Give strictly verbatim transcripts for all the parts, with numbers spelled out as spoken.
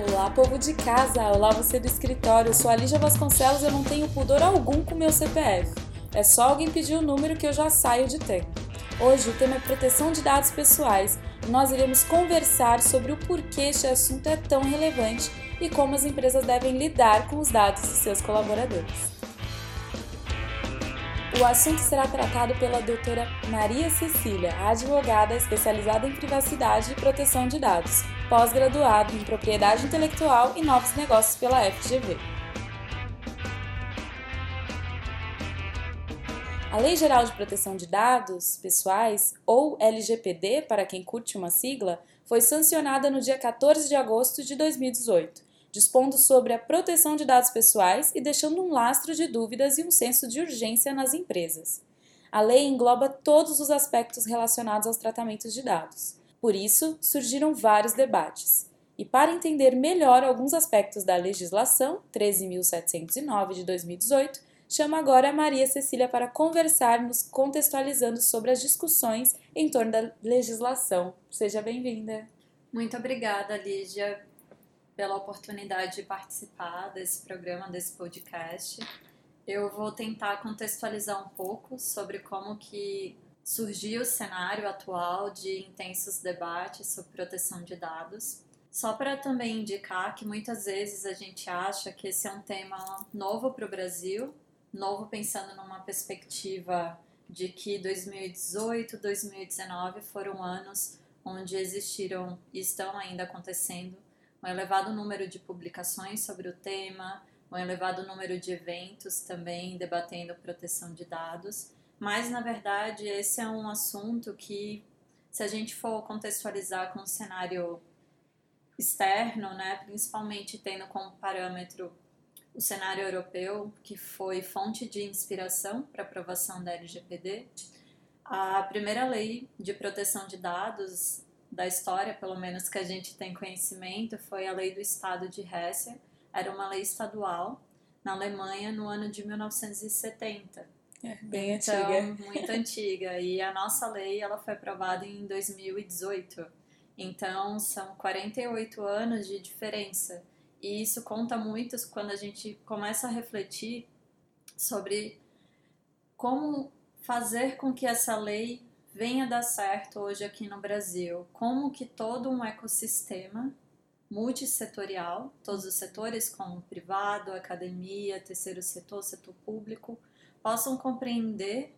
Olá, povo de casa! Olá, você do escritório! Eu sou a Lígia Vasconcelos e eu não tenho pudor algum com meu C P F. É só alguém pedir o número que eu já saio de tempo. Hoje o tema é proteção de dados pessoais e nós iremos conversar sobre o porquê este assunto é tão relevante e como as empresas devem lidar com os dados de seus colaboradores. O assunto será tratado pela doutora Maria Cecília, advogada especializada em privacidade e proteção de dados, pós-graduada em propriedade intelectual e novos negócios pela F G V. A Lei Geral de Proteção de Dados Pessoais, ou L G P D, para quem curte uma sigla, foi sancionada no dia quatorze de agosto de dois mil e dezoito, dispondo sobre a proteção de dados pessoais e deixando um lastro de dúvidas e um senso de urgência nas empresas. A lei engloba todos os aspectos relacionados aos tratamentos de dados. Por isso, surgiram vários debates. E para entender melhor alguns aspectos da legislação treze mil setecentos e nove de dois mil e dezoito, chamo agora a Maria Cecília para conversarmos contextualizando sobre as discussões em torno da legislação. Seja bem-vinda. Muito obrigada, Lígia, pela oportunidade de participar desse programa, desse podcast. Eu vou tentar contextualizar um pouco sobre como que surgiu o cenário atual de intensos debates sobre proteção de dados. Só para também indicar que muitas vezes a gente acha que esse é um tema novo para o Brasil, novo pensando numa perspectiva de que dois mil e dezoito, dois mil e dezenove foram anos onde existiram e estão ainda acontecendo um elevado número de publicações sobre o tema, um elevado número de eventos também debatendo proteção de dados, mas na verdade esse é um assunto que, se a gente for contextualizar com um cenário externo, né, principalmente tendo como parâmetro o cenário europeu, que foi fonte de inspiração para a aprovação da L G P D, a primeira lei de proteção de dados da história, pelo menos que a gente tem conhecimento, foi a lei do estado de Hesse. Era uma lei estadual na Alemanha no ano de mil novecentos e setenta. É, bem então, antiga. Muito antiga. E a nossa lei ela foi aprovada em dois mil e dezoito. Então, são quarenta e oito anos de diferença. E isso conta muito quando a gente começa a refletir sobre como fazer com que essa lei venha dar certo hoje aqui no Brasil. Como que todo um ecossistema multissetorial, todos os setores como o privado, academia, terceiro setor, setor público, possam compreender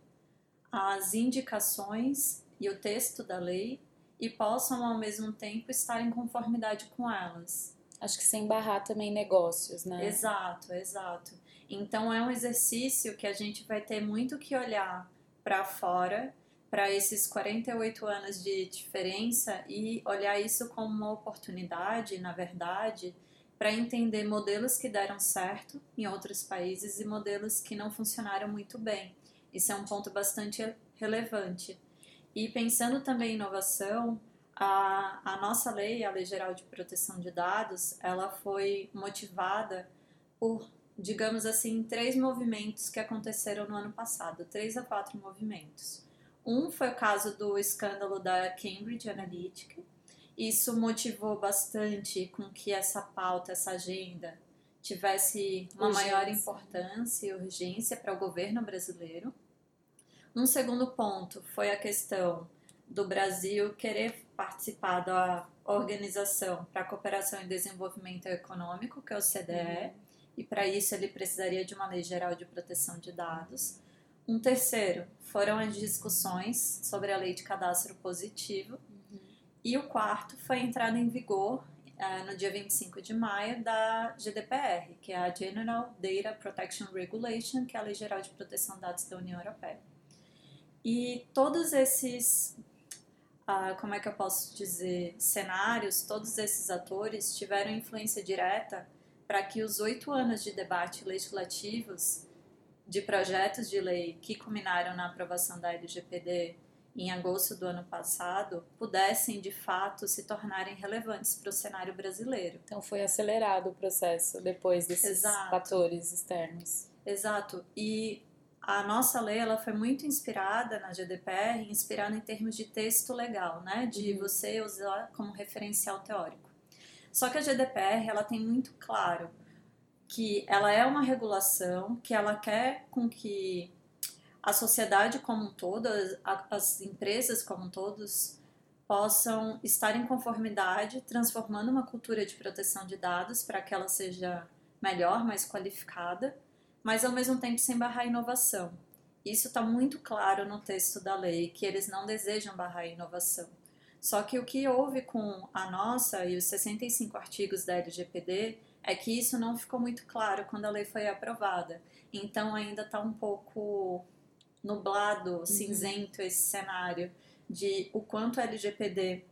as indicações e o texto da lei e possam ao mesmo tempo estar em conformidade com elas. Acho que sem barrar também negócios, né? Exato, exato. Então é um exercício que a gente vai ter muito que olhar para fora, para esses quarenta e oito anos de diferença e olhar isso como uma oportunidade, na verdade, para entender modelos que deram certo em outros países e modelos que não funcionaram muito bem. Isso é um ponto bastante relevante. E pensando também em inovação, a, a nossa lei, a Lei Geral de Proteção de Dados, ela foi motivada por, digamos assim, três movimentos que aconteceram no ano passado, três a quatro movimentos. Um foi o caso do escândalo da Cambridge Analytica. Isso motivou bastante com que essa pauta, essa agenda, tivesse uma urgência. Maior importância e urgência para o governo brasileiro. Um segundo ponto foi a questão do Brasil querer participar da Organização para a Cooperação e Desenvolvimento Econômico, que é o O C D E, uhum. E para isso ele precisaria de uma Lei Geral de Proteção de Dados. Um terceiro foram as discussões sobre a Lei de Cadastro Positivo. Uhum. E o quarto foi a entrada em vigor, uh, no dia vinte e cinco de maio, da G D P R, que é a General Data Protection Regulation, que é a Lei Geral de Proteção de Dados da União Europeia. E todos esses, uh, como é que eu posso dizer, cenários, todos esses atores tiveram influência direta para que os oito anos de debate legislativos de projetos de lei que culminaram na aprovação da L G P D em agosto do ano passado pudessem, de fato, se tornarem relevantes para o cenário brasileiro. Então foi acelerado o processo depois desses Exato. fatores externos. Exato. E a nossa lei ela foi muito inspirada na G D P R, inspirada em termos de texto legal, né? De uhum. você usar como referencial teórico. Só que a G D P R, ela tem muito claro que ela é uma regulação, que ela quer com que a sociedade como um todo, as, as empresas como um todos, possam estar em conformidade, transformando uma cultura de proteção de dados para que ela seja melhor, mais qualificada, mas ao mesmo tempo sem barrar a inovação. Isso está muito claro no texto da lei, que eles não desejam barrar a inovação. Só que o que houve com a nossa e os sessenta e cinco artigos da L G P D é que isso não ficou muito claro quando a lei foi aprovada. Então ainda está um pouco nublado, uhum. cinzento esse cenário de o quanto a L G P D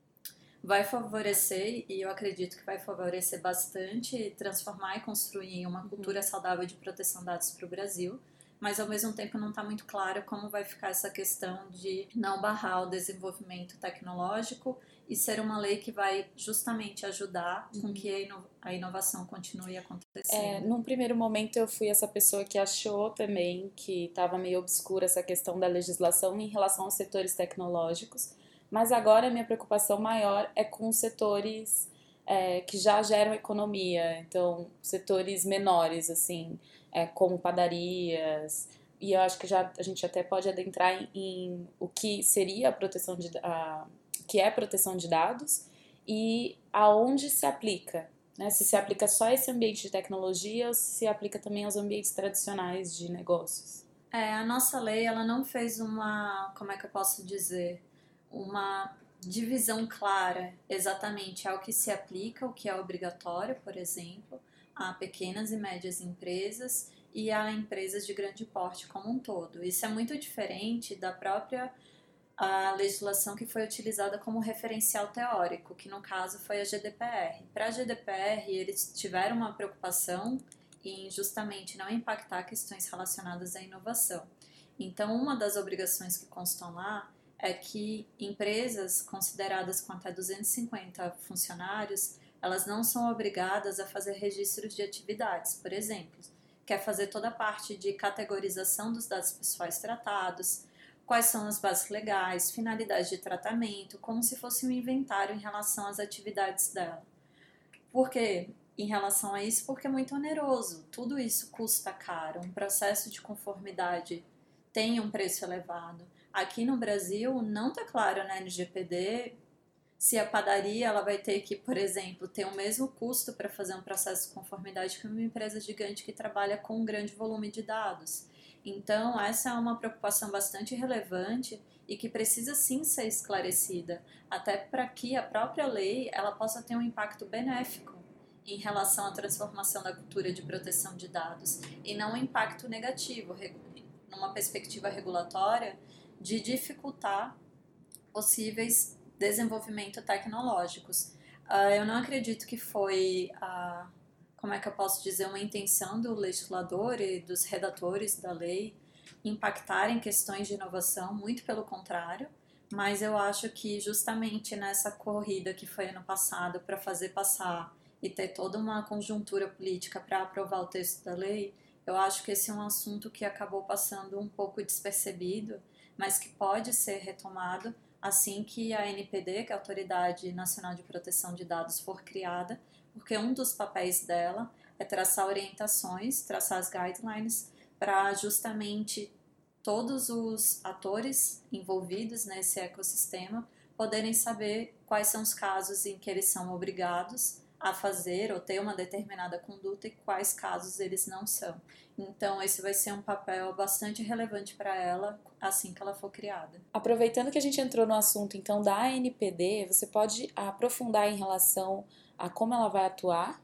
vai favorecer, e eu acredito que vai favorecer bastante, transformar e construir uma cultura saudável de proteção de dados para o Brasil, mas ao mesmo tempo não está muito claro como vai ficar essa questão de não barrar o desenvolvimento tecnológico e ser uma lei que vai justamente ajudar uhum. com que a, ino- a inovação continue acontecendo. É, num primeiro momento eu fui essa pessoa que achou também que estava meio obscura essa questão da legislação em relação aos setores tecnológicos, mas agora a minha preocupação maior é com setores é, que já geram economia, então setores menores, assim, é, como padarias, e eu acho que já, a gente até pode adentrar em, em o que seria a proteção de a, que é proteção de dados e aonde se aplica, né? Se se aplica só a esse ambiente de tecnologia ou se se aplica também aos ambientes tradicionais de negócios. É, a nossa lei, ela não fez uma, como é que eu posso dizer, uma divisão clara exatamente ao que se aplica, o que é obrigatório, por exemplo, a pequenas e médias empresas e a empresas de grande porte como um todo. Isso é muito diferente da própria a legislação que foi utilizada como referencial teórico, que no caso foi a G D P R. Para a G D P R, eles tiveram uma preocupação em justamente não impactar questões relacionadas à inovação. Então, uma das obrigações que constam lá é que empresas consideradas com até duzentos e cinquenta funcionários, elas não são obrigadas a fazer registros de atividades, por exemplo, quer fazer toda a parte de categorização dos dados pessoais tratados, quais são as bases legais, finalidade de tratamento, como se fosse um inventário em relação às atividades dela. Por quê? Em relação a isso, porque é muito oneroso, tudo isso custa caro, um processo de conformidade tem um preço elevado. Aqui no Brasil, não está claro na L G P D se a padaria ela vai ter que, por exemplo, ter o mesmo custo para fazer um processo de conformidade que uma empresa gigante que trabalha com um grande volume de dados. Então, essa é uma preocupação bastante relevante e que precisa sim ser esclarecida, até para que a própria lei ela possa ter um impacto benéfico em relação à transformação da cultura de proteção de dados e não um impacto negativo, numa perspectiva regulatória, de dificultar possíveis desenvolvimentos tecnológicos. Uh, eu não acredito que foi a, como é que eu posso dizer, uma intenção do legislador e dos redatores da lei impactarem questões de inovação, muito pelo contrário, mas eu acho que justamente nessa corrida que foi ano passado para fazer passar e ter toda uma conjuntura política para aprovar o texto da lei, eu acho que esse é um assunto que acabou passando um pouco despercebido, mas que pode ser retomado assim que a N P D, que é a Autoridade Nacional de Proteção de Dados, for criada, porque um dos papéis dela é traçar orientações, traçar as guidelines para justamente todos os atores envolvidos nesse ecossistema poderem saber quais são os casos em que eles são obrigados a fazer ou ter uma determinada conduta e quais casos eles não são. Então, esse vai ser um papel bastante relevante para ela assim que ela for criada. Aproveitando que a gente entrou no assunto, então, da A N P D, você pode aprofundar em relação a como ela vai atuar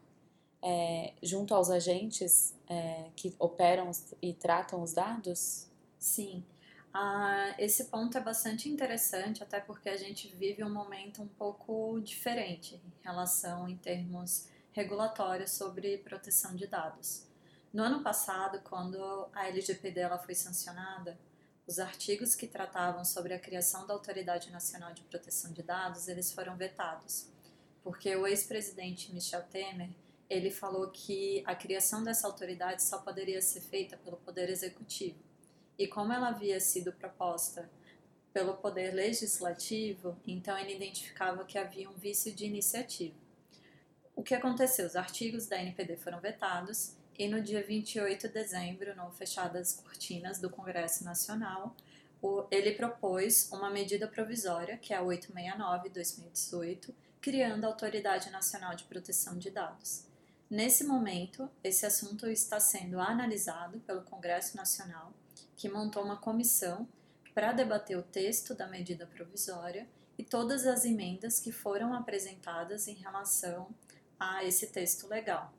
é, junto aos agentes é, que operam e tratam os dados? Sim. Ah, esse ponto é bastante interessante, até porque a gente vive um momento um pouco diferente em relação em termos regulatórios sobre proteção de dados. No ano passado, quando a L G P D ela foi sancionada, os artigos que tratavam sobre a criação da Autoridade Nacional de Proteção de Dados, eles foram vetados, porque o ex-presidente Michel Temer, ele falou que a criação dessa autoridade só poderia ser feita pelo Poder Executivo. E como ela havia sido proposta pelo Poder Legislativo, então ele identificava que havia um vício de iniciativa. O que aconteceu? Os artigos da N P D foram vetados e no dia vinte e oito de dezembro, no fechar das cortinas do Congresso Nacional, ele propôs uma medida provisória, que é a oitocentos e sessenta e nove de dois mil e dezoito, criando a Autoridade Nacional de Proteção de Dados. Nesse momento, esse assunto está sendo analisado pelo Congresso Nacional, que montou uma comissão para debater o texto da medida provisória e todas as emendas que foram apresentadas em relação a esse texto legal.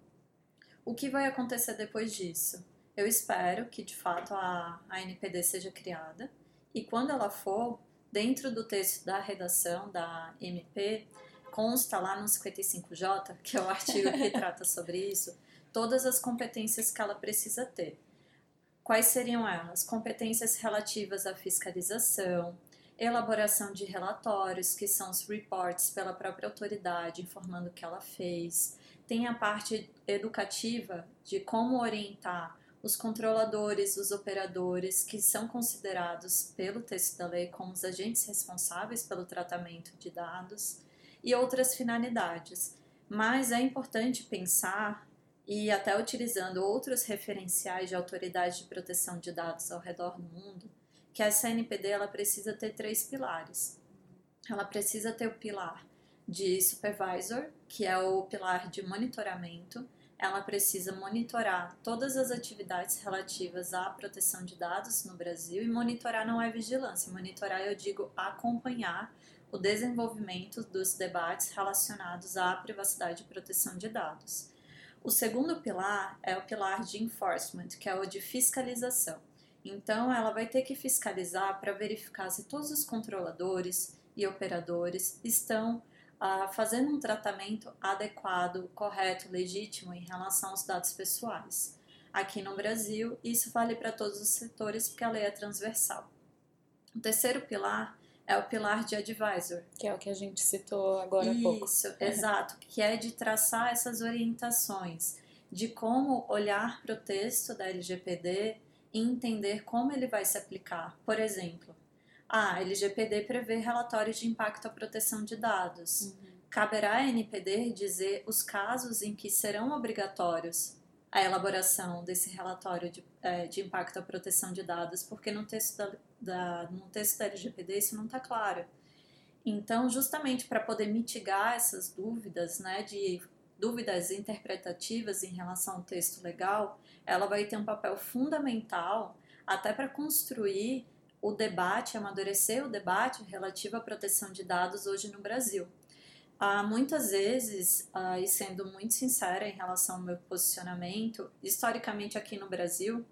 O que vai acontecer depois disso? Eu espero que, de fato, a, a N P D seja criada e, quando ela for, dentro do texto da redação da M P, consta lá no cinquenta e cinco J, que é o artigo que trata sobre isso, todas as competências que ela precisa ter. Quais seriam elas? Competências relativas à fiscalização, elaboração de relatórios, que são os reports pela própria autoridade, informando o que ela fez. Tem a parte educativa de como orientar os controladores, os operadores, que são considerados pelo texto da lei como os agentes responsáveis pelo tratamento de dados, e outras finalidades. Mas é importante pensar, e até utilizando outros referenciais de autoridade de proteção de dados ao redor do mundo, que essa N P D ela precisa ter três pilares. Ela precisa ter o pilar de supervisor, que é o pilar de monitoramento. Ela precisa monitorar todas as atividades relativas à proteção de dados no Brasil, e monitorar não é vigilância, monitorar eu digo acompanhar o desenvolvimento dos debates relacionados à privacidade e proteção de dados. O segundo pilar é o pilar de enforcement, que é o de fiscalização. Então, ela vai ter que fiscalizar para verificar se todos os controladores e operadores estão ah, fazendo um tratamento adequado, correto, legítimo em relação aos dados pessoais. Aqui no Brasil, isso vale para todos os setores porque a lei é transversal. O terceiro pilar é o pilar de advisor. Que é o que a gente citou agora há pouco. Isso, exato, que é de traçar essas orientações, de como olhar para o texto da L G P D e entender como ele vai se aplicar. Por exemplo, a L G P D prevê relatórios de impacto à proteção de dados. Uhum. Caberá à N P D dizer os casos em que serão obrigatórios a elaboração desse relatório de, é, de impacto à proteção de dados, porque no texto da, da, no texto da L G P D isso não está claro. Então, justamente para poder mitigar essas dúvidas, né, de dúvidas interpretativas em relação ao texto legal, ela vai ter um papel fundamental até para construir o debate, amadurecer o debate relativo à proteção de dados hoje no Brasil. Ah, muitas vezes, ah, e sendo muito sincera em relação ao meu posicionamento, historicamente aqui no Brasil,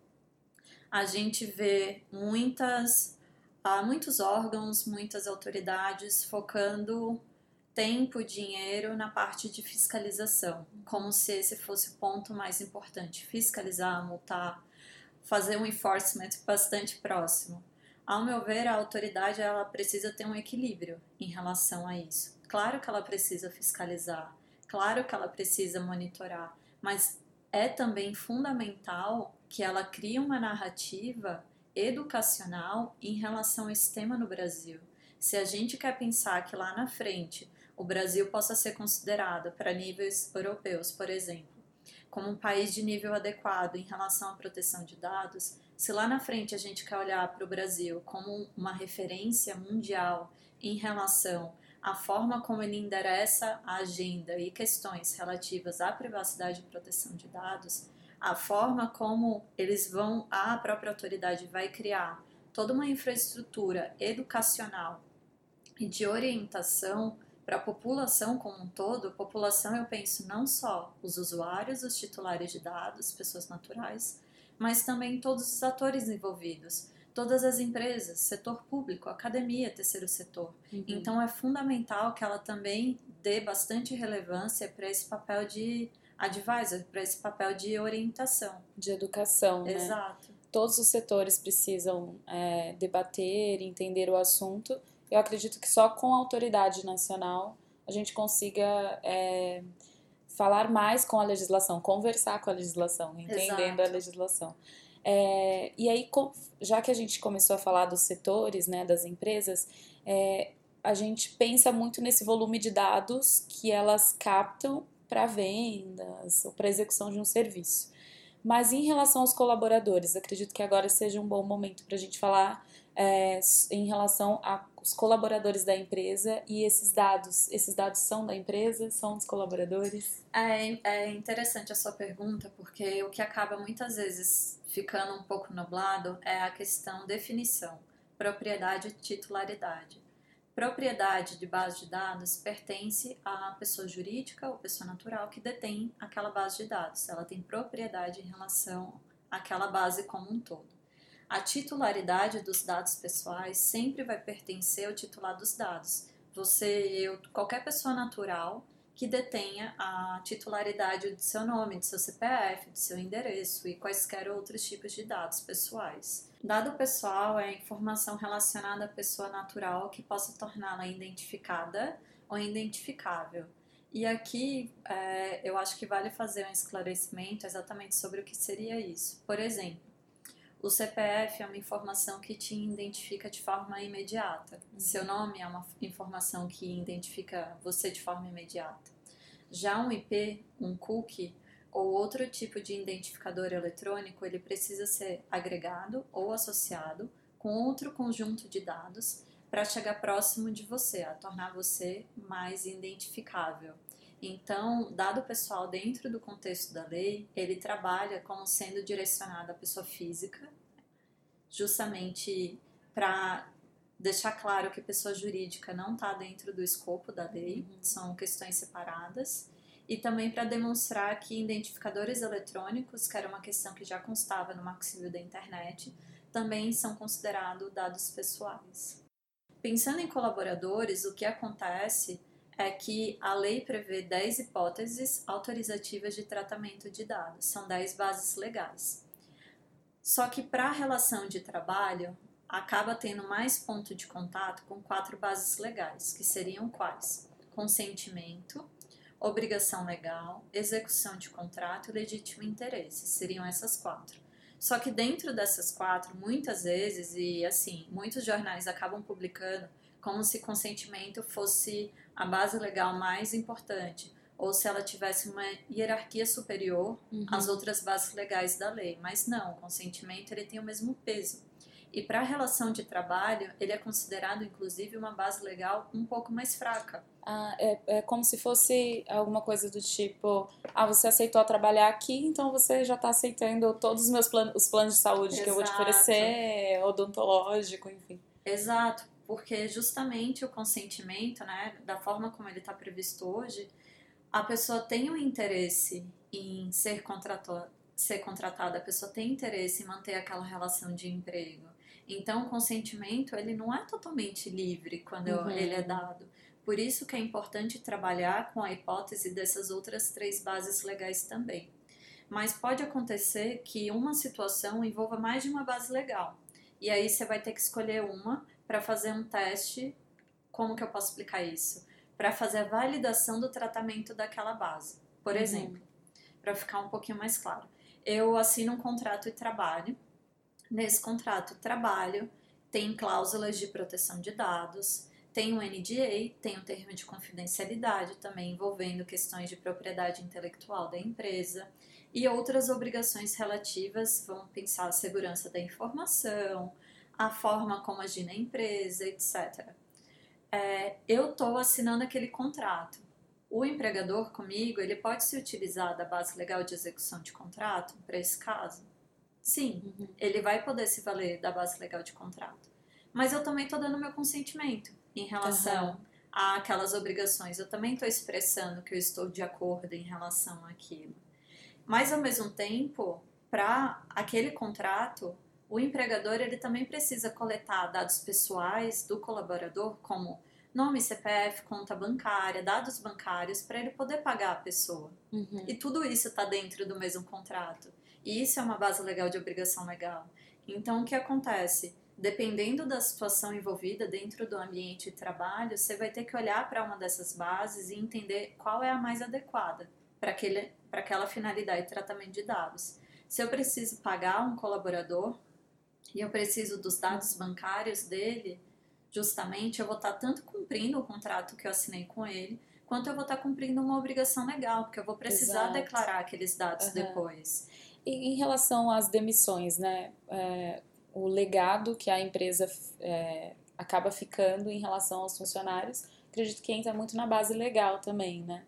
a gente vê muitas, ah, muitos órgãos, muitas autoridades focando tempo, dinheiro na parte de fiscalização, como se esse fosse o ponto mais importante, fiscalizar, multar, fazer um enforcement bastante próximo. Ao meu ver, a autoridade ela precisa ter um equilíbrio em relação a isso. Claro que ela precisa fiscalizar, claro que ela precisa monitorar, mas é também fundamental que ela crie uma narrativa educacional em relação ao esse tema no Brasil. Se a gente quer pensar que lá na frente o Brasil possa ser considerado para níveis europeus, por exemplo, como um país de nível adequado em relação à proteção de dados, se lá na frente a gente quer olhar para o Brasil como uma referência mundial em relação à forma como ele endereça a agenda e questões relativas à privacidade e proteção de dados, a forma como eles vão, a própria autoridade vai criar toda uma infraestrutura educacional e de orientação para a população como um todo. População, eu penso não só os usuários, os titulares de dados, pessoas naturais, mas também todos os atores envolvidos, todas as empresas, setor público, academia, terceiro setor. Uhum. Então é fundamental que ela também dê bastante relevância para esse papel de advisor, para esse papel de orientação. De educação, né? Exato. Todos os setores precisam é, debater, entender o assunto. Eu acredito que só com a autoridade nacional a gente consiga é, falar mais com a legislação, conversar com a legislação, entendendo Exato. A legislação. É, e aí, já que a gente começou a falar dos setores, né, das empresas, é, a gente pensa muito nesse volume de dados que elas captam para vendas ou para execução de um serviço. Mas em relação aos colaboradores, acredito que agora seja um bom momento para a gente falar é, em relação aos colaboradores da empresa e esses dados. Esses dados são da empresa, são dos colaboradores? É, é interessante a sua pergunta, porque o que acaba muitas vezes ficando um pouco nublado é a questão definição, propriedade e titularidade. Propriedade de base de dados pertence à pessoa jurídica ou pessoa natural que detém aquela base de dados. Ela tem propriedade em relação àquela base como um todo. A titularidade dos dados pessoais sempre vai pertencer ao titular dos dados. Você, eu, qualquer pessoa natural que detenha a titularidade do seu nome, do seu C P F, do seu endereço e quaisquer outros tipos de dados pessoais. Dado pessoal é informação relacionada à pessoa natural que possa torná-la identificada ou identificável. E aqui é, eu acho que vale fazer um esclarecimento exatamente sobre o que seria isso. Por exemplo, o C P F é uma informação que te identifica de forma imediata. Uhum. Seu nome é uma informação que identifica você de forma imediata. Já um I P, um cookie ou outro tipo de identificador eletrônico, ele precisa ser agregado ou associado com outro conjunto de dados para chegar próximo de você, a tornar você mais identificável. Então, dado pessoal dentro do contexto da lei, ele trabalha como sendo direcionado à pessoa física, justamente para deixar claro que pessoa jurídica não está dentro do escopo da lei, uhum. São questões separadas, e também para demonstrar que identificadores eletrônicos, que era uma questão que já constava no Marco Civil da Internet, também são considerados dados pessoais. Pensando em colaboradores, o que acontece é que a lei prevê dez hipóteses autorizativas de tratamento de dados, são dez bases legais. Só que para a relação de trabalho, acaba tendo mais ponto de contato com quatro bases legais, que seriam quais? Consentimento, obrigação legal, execução de contrato e legítimo interesse, seriam essas quatro. Só que dentro dessas quatro, muitas vezes, e assim, muitos jornais acabam publicando como se consentimento fosse a base legal mais importante, ou se ela tivesse uma hierarquia superior uhum. às outras bases legais da lei. Mas não, o consentimento ele tem o mesmo peso. E para a relação de trabalho, ele é considerado, inclusive, uma base legal um pouco mais fraca. Ah, é, é como se fosse alguma coisa do tipo, ah, você aceitou trabalhar aqui, então você já está aceitando todos os meus planos, os planos de saúde Exato. Que eu vou te oferecer, odontológico, enfim. Exato, porque justamente o consentimento, né, da forma como ele está previsto hoje, a pessoa tem um interesse em ser contratada, ser contratada, a pessoa tem interesse em manter aquela relação de emprego. Então, o consentimento, ele não é totalmente livre quando uhum. ele é dado. Por isso que é importante trabalhar com a hipótese dessas outras três bases legais também. Mas pode acontecer que uma situação envolva mais de uma base legal. E aí você vai ter que escolher uma para fazer um teste. Como que eu posso explicar isso? Para fazer a validação do tratamento daquela base. Por uhum. exemplo, para ficar um pouquinho mais claro. Eu assino um contrato de trabalho. Nesse contrato de trabalho tem cláusulas de proteção de dados, tem um N D A, tem um termo de confidencialidade também envolvendo questões de propriedade intelectual da empresa e outras obrigações relativas, vamos pensar a segurança da informação, a forma como agir na empresa, etcétera. É, eu estou assinando aquele contrato. O empregador comigo, ele pode se utilizar da base legal de execução de contrato para esse caso? Sim, uhum. ele vai poder se valer da base legal de contrato. Mas eu também estou dando meu consentimento em relação uhum. àquelas obrigações. Eu também estou expressando que eu estou de acordo em relação àquilo. Mas, ao mesmo tempo, para aquele contrato, o empregador ele também precisa coletar dados pessoais do colaborador, como nome, C P F, conta bancária, dados bancários, para ele poder pagar a pessoa. Uhum. E tudo isso está dentro do mesmo contrato. E isso é uma base legal de obrigação legal. Então, o que acontece? Dependendo da situação envolvida dentro do ambiente de trabalho, você vai ter que olhar para uma dessas bases e entender qual é a mais adequada para aquele, para aquela finalidade de tratamento de dados. Se eu preciso pagar um colaborador e eu preciso dos dados bancários dele, justamente eu vou estar tanto cumprindo o contrato que eu assinei com ele, quanto eu vou estar cumprindo uma obrigação legal, porque eu vou precisar Exato. declarar aqueles dados Uhum. depois. E em relação às demissões, né? É, o legado que a empresa é, acaba ficando em relação aos funcionários, acredito que entra muito na base legal também, né?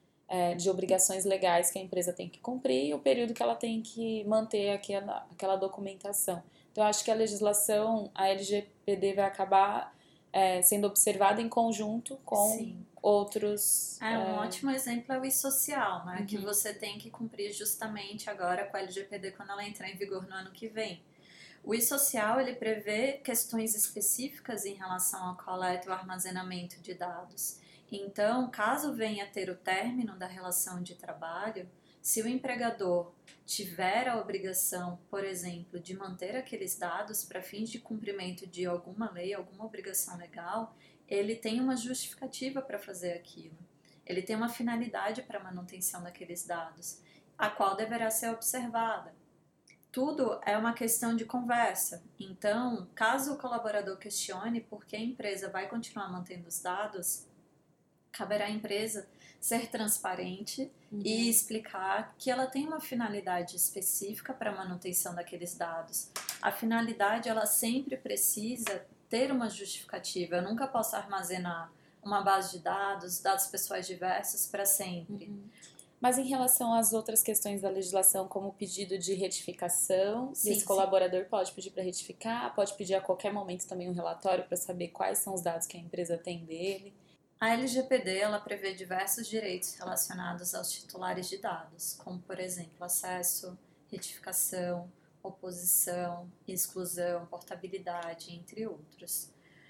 É, de obrigações legais que a empresa tem que cumprir e o período que ela tem que manter aquela, aquela documentação. Então, eu acho que a legislação, a L G P D vai acabar é, sendo observada em conjunto com Sim. outros... É, um é... ótimo exemplo é o e-social, né? Uhum. Que você tem que cumprir justamente agora com a L G P D quando ela entrar em vigor no ano que vem. O e-social, ele prevê questões específicas em relação ao coleta e ao armazenamento de dados. Então, caso venha a ter o término da relação de trabalho, se o empregador tiver a obrigação, por exemplo, de manter aqueles dados para fins de cumprimento de alguma lei, alguma obrigação legal, ele tem uma justificativa para fazer aquilo. Ele tem uma finalidade para a manutenção daqueles dados, a qual deverá ser observada. Tudo é uma questão de conversa. Então, caso o colaborador questione por que a empresa vai continuar mantendo os dados, caberá à empresa ser transparente uhum. e explicar que ela tem uma finalidade específica para a manutenção daqueles dados. A finalidade, ela sempre precisa ter uma justificativa. Eu nunca posso armazenar uma base de dados, dados pessoais diversos para sempre. Uhum. Mas em relação às outras questões da legislação, como o pedido de retificação, sim, esse colaborador sim. pode pedir para retificar, pode pedir a qualquer momento também um relatório para saber quais são os dados que a empresa tem dele. A L G P D ela prevê diversos direitos relacionados aos titulares de dados, como, por exemplo, acesso, retificação, oposição, exclusão, portabilidade, entre outros.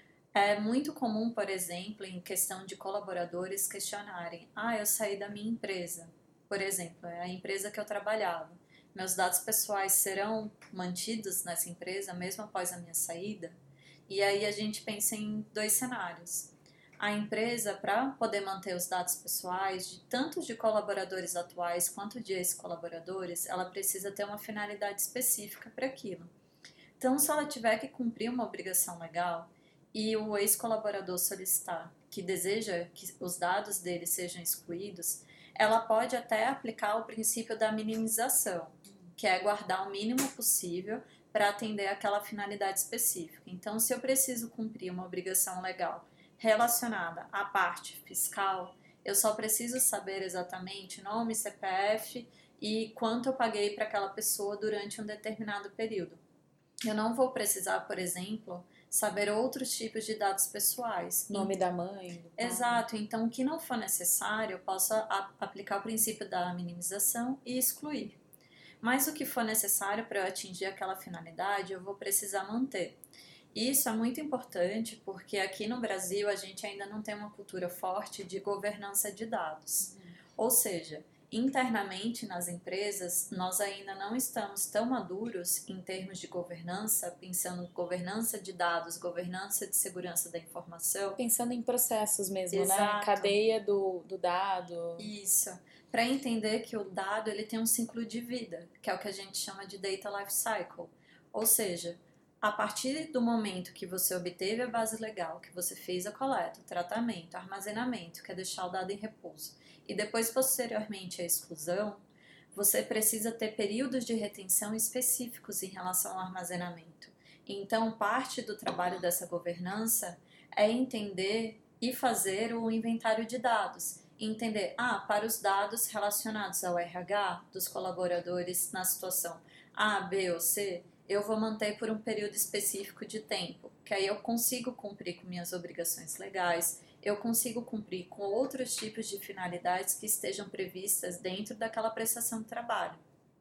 É muito comum, por exemplo, em questão de colaboradores questionarem: ah, eu saí da minha empresa, por exemplo, é a empresa que eu trabalhava. Meus dados pessoais serão mantidos nessa empresa mesmo após a minha saída? E aí a gente pensa em dois cenários. A empresa, para poder manter os dados pessoais, de tanto de colaboradores atuais quanto de ex-colaboradores, ela precisa ter uma finalidade específica para aquilo. Então, se ela tiver que cumprir uma obrigação legal e o ex-colaborador solicitar que deseja que os dados dele sejam excluídos, ela pode até aplicar o princípio da minimização, que é guardar o mínimo possível para atender aquela finalidade específica. Então, se eu preciso cumprir uma obrigação legal relacionada à parte fiscal, eu só preciso saber exatamente nome, C P F e quanto eu paguei para aquela pessoa durante um determinado período. Eu não vou precisar, por exemplo, saber outros tipos de dados pessoais. Nome da mãe. Do pai. Exato. Então, o que não for necessário, eu posso a- aplicar o princípio da minimização e excluir. Mas o que for necessário para eu atingir aquela finalidade, eu vou precisar manter. Isso é muito importante porque aqui no Brasil a gente ainda não tem uma cultura forte de governança de dados. Uhum. Ou seja, internamente nas empresas nós ainda não estamos tão maduros em termos de governança, pensando em governança de dados, governança de segurança da informação. Pensando em processos mesmo, Exato. né? Cadeia do, do dado. Isso. Para entender que o dado ele tem um ciclo de vida, que é o que a gente chama de Data Life Cycle. Ou seja, a partir do momento que você obteve a base legal, que você fez a coleta, o tratamento, o armazenamento, que é deixar o dado em repouso, e depois posteriormente a exclusão, você precisa ter períodos de retenção específicos em relação ao armazenamento. Então, parte do trabalho dessa governança é entender e fazer o inventário de dados. Entender, ah, para os dados relacionados ao R H dos colaboradores na situação A, B ou C, eu vou manter por um período específico de tempo, que aí eu consigo cumprir com minhas obrigações legais, eu consigo cumprir com outros tipos de finalidades que estejam previstas dentro daquela prestação de trabalho.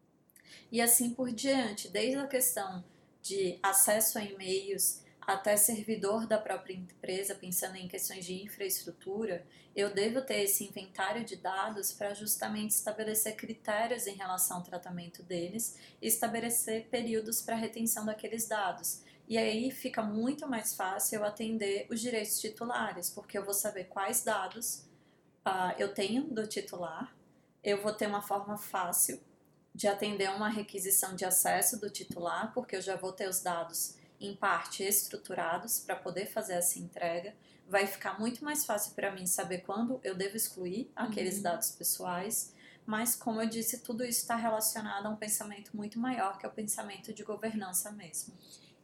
E assim por diante, desde a questão de acesso a e-mails até servidor da própria empresa, pensando em questões de infraestrutura, eu devo ter esse inventário de dados para justamente estabelecer critérios em relação ao tratamento deles e estabelecer períodos para a retenção daqueles dados. E aí fica muito mais fácil eu atender os direitos titulares, porque eu vou saber quais dados uh, eu tenho do titular, eu vou ter uma forma fácil de atender uma requisição de acesso do titular, porque eu já vou ter os dados em parte, estruturados para poder fazer essa entrega. Vai ficar muito mais fácil para mim saber quando eu devo excluir aqueles uhum. dados pessoais, mas, como eu disse, tudo isso está relacionado a um pensamento muito maior, que é o pensamento de governança mesmo.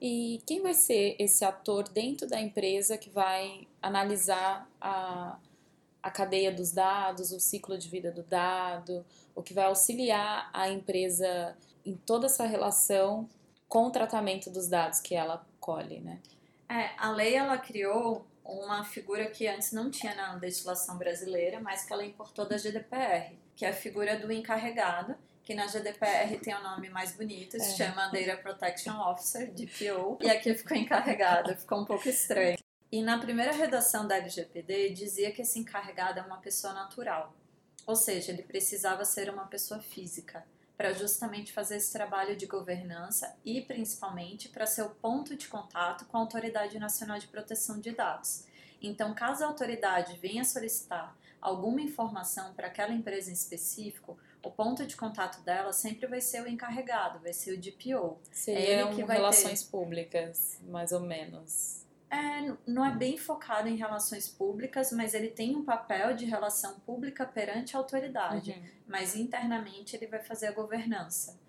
E quem vai ser esse ator dentro da empresa que vai analisar a, a cadeia dos dados, o ciclo de vida do dado, o que vai auxiliar a empresa em toda essa relação com o tratamento dos dados que ela colhe, né? É, a lei, ela criou uma figura que antes não tinha na legislação brasileira, mas que ela importou da G D P R, que é a figura do encarregado, que na G D P R tem o um nome mais bonito, é. se chama Data Protection Officer, D P O, e aqui ficou encarregado, ficou um pouco estranho. E na primeira redação da L G P D dizia que esse encarregado é uma pessoa natural, ou seja, ele precisava ser uma pessoa física, para justamente fazer esse trabalho de governança e, principalmente, para ser o ponto de contato com a Autoridade Nacional de Proteção de Dados. Então, caso a autoridade venha solicitar alguma informação para aquela empresa em específico, o ponto de contato dela sempre vai ser o encarregado, vai ser o D P O. Seria é ele que vai relações ter... públicas, mais ou menos. É, não é bem focado em relações públicas, mas ele tem um papel de relação pública perante a autoridade. Uhum. Mas internamente ele vai fazer a governança.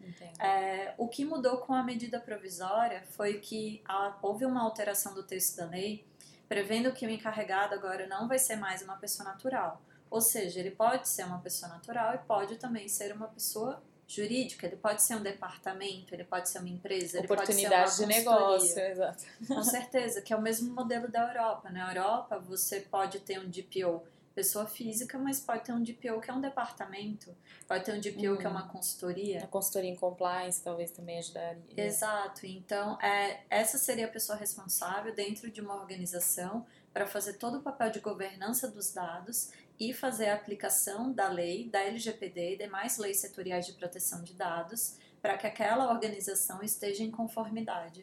É, o que mudou com a medida provisória foi que a, houve uma alteração do texto da lei, prevendo que o encarregado agora não vai ser mais uma pessoa natural. Ou seja, ele pode ser uma pessoa natural e pode também ser uma pessoa jurídica, ele pode ser um departamento, ele pode ser uma empresa, ele pode ser uma oportunidade de negócio, exato. Com certeza, que é o mesmo modelo da Europa. Na Europa, você pode ter um D P O, pessoa física, mas pode ter um D P O que é um departamento, pode ter um D P O hum. que é uma consultoria. A consultoria em compliance talvez também ajudaria. Exato, então é, essa seria a pessoa responsável dentro de uma organização para fazer todo o papel de governança dos dados e fazer a aplicação da lei, da L G P D e demais leis setoriais de proteção de dados para que aquela organização esteja em conformidade.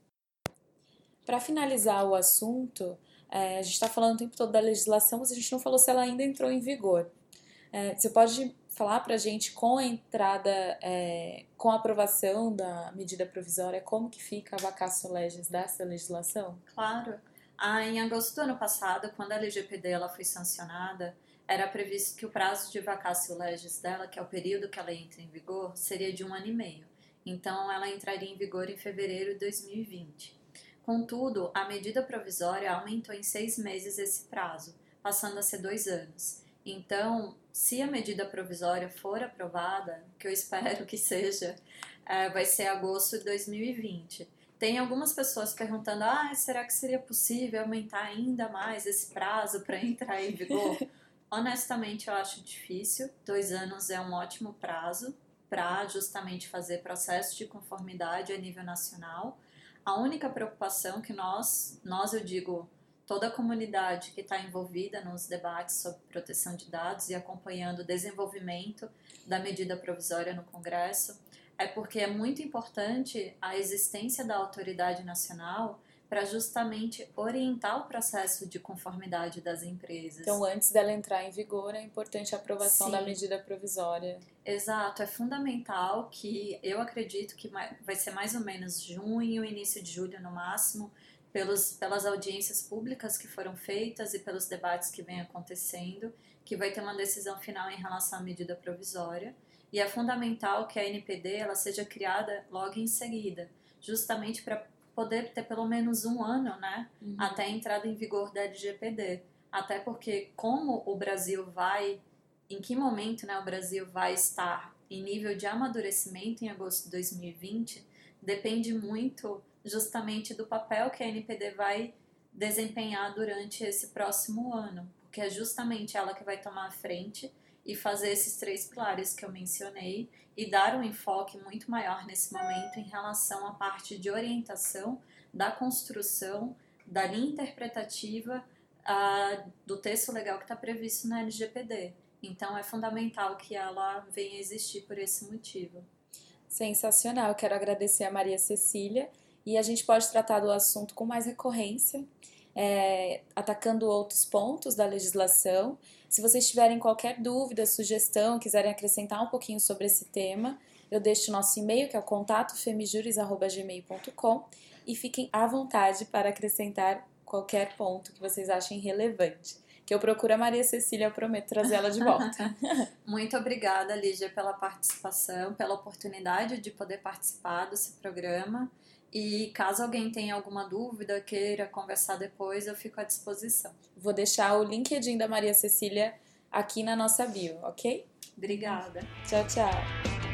Para finalizar o assunto, é, a gente está falando o tempo todo da legislação, mas a gente não falou se ela ainda entrou em vigor. É, você pode falar para a gente, com a entrada, é, com a aprovação da medida provisória, como que fica a vacatio legis dessa legislação? Claro. Ah, em agosto do ano passado, quando a L G P D ela foi sancionada, era previsto que o prazo de vacatio legis dela, que é o período que ela entra em vigor, seria de um ano e meio. Então, ela entraria em vigor em fevereiro de dois mil e vinte. Contudo, a medida provisória aumentou em seis meses esse prazo, passando a ser dois anos. Então, se a medida provisória for aprovada, que eu espero que seja, é, vai ser agosto de dois mil e vinte. Tem algumas pessoas perguntando, ah, será que seria possível aumentar ainda mais esse prazo para entrar em vigor? Honestamente, eu acho difícil. Dois anos é um ótimo prazo para justamente fazer processo de conformidade a nível nacional. A única preocupação que nós, nós eu digo, toda a comunidade que está envolvida nos debates sobre proteção de dados e acompanhando o desenvolvimento da medida provisória no Congresso, é porque é muito importante a existência da autoridade nacional para justamente orientar o processo de conformidade das empresas. Então, antes dela entrar em vigor, é importante a aprovação Sim. da medida provisória. Exato, é fundamental que eu acredito que vai ser mais ou menos junho, início de julho no máximo, pelos, pelas audiências públicas que foram feitas e pelos debates que vêm acontecendo, que vai ter uma decisão final em relação à medida provisória. E é fundamental que a N P D ela seja criada logo em seguida, justamente para poder ter pelo menos um ano, né, uhum. até a entrada em vigor da L G P D. Até porque como o Brasil vai, em que momento, né, o Brasil vai estar em nível de amadurecimento em agosto de dois mil e vinte, depende muito justamente do papel que a N P D vai desempenhar durante esse próximo ano, porque é justamente ela que vai tomar a frente e fazer esses três pilares que eu mencionei e dar um enfoque muito maior nesse momento em relação à parte de orientação da construção da linha interpretativa uh, do texto legal que está previsto na L G P D. Então, é fundamental que ela venha existir por esse motivo. Sensacional. Eu quero agradecer a Maria Cecília e a gente pode tratar do assunto com mais recorrência, é, atacando outros pontos da legislação. Se vocês tiverem qualquer dúvida, sugestão, quiserem acrescentar um pouquinho sobre esse tema, eu deixo o nosso e-mail, que é o contato femijures arroba gmail ponto com, e fiquem à vontade para acrescentar qualquer ponto que vocês achem relevante. Que eu procuro a Maria Cecília, eu prometo trazer ela de volta. Muito obrigada, Lígia, pela participação, pela oportunidade de poder participar desse programa. E caso alguém tenha alguma dúvida, queira conversar depois, eu fico à disposição. Vou deixar o LinkedIn da Maria Cecília aqui na nossa bio, ok? Obrigada. Tchau, tchau.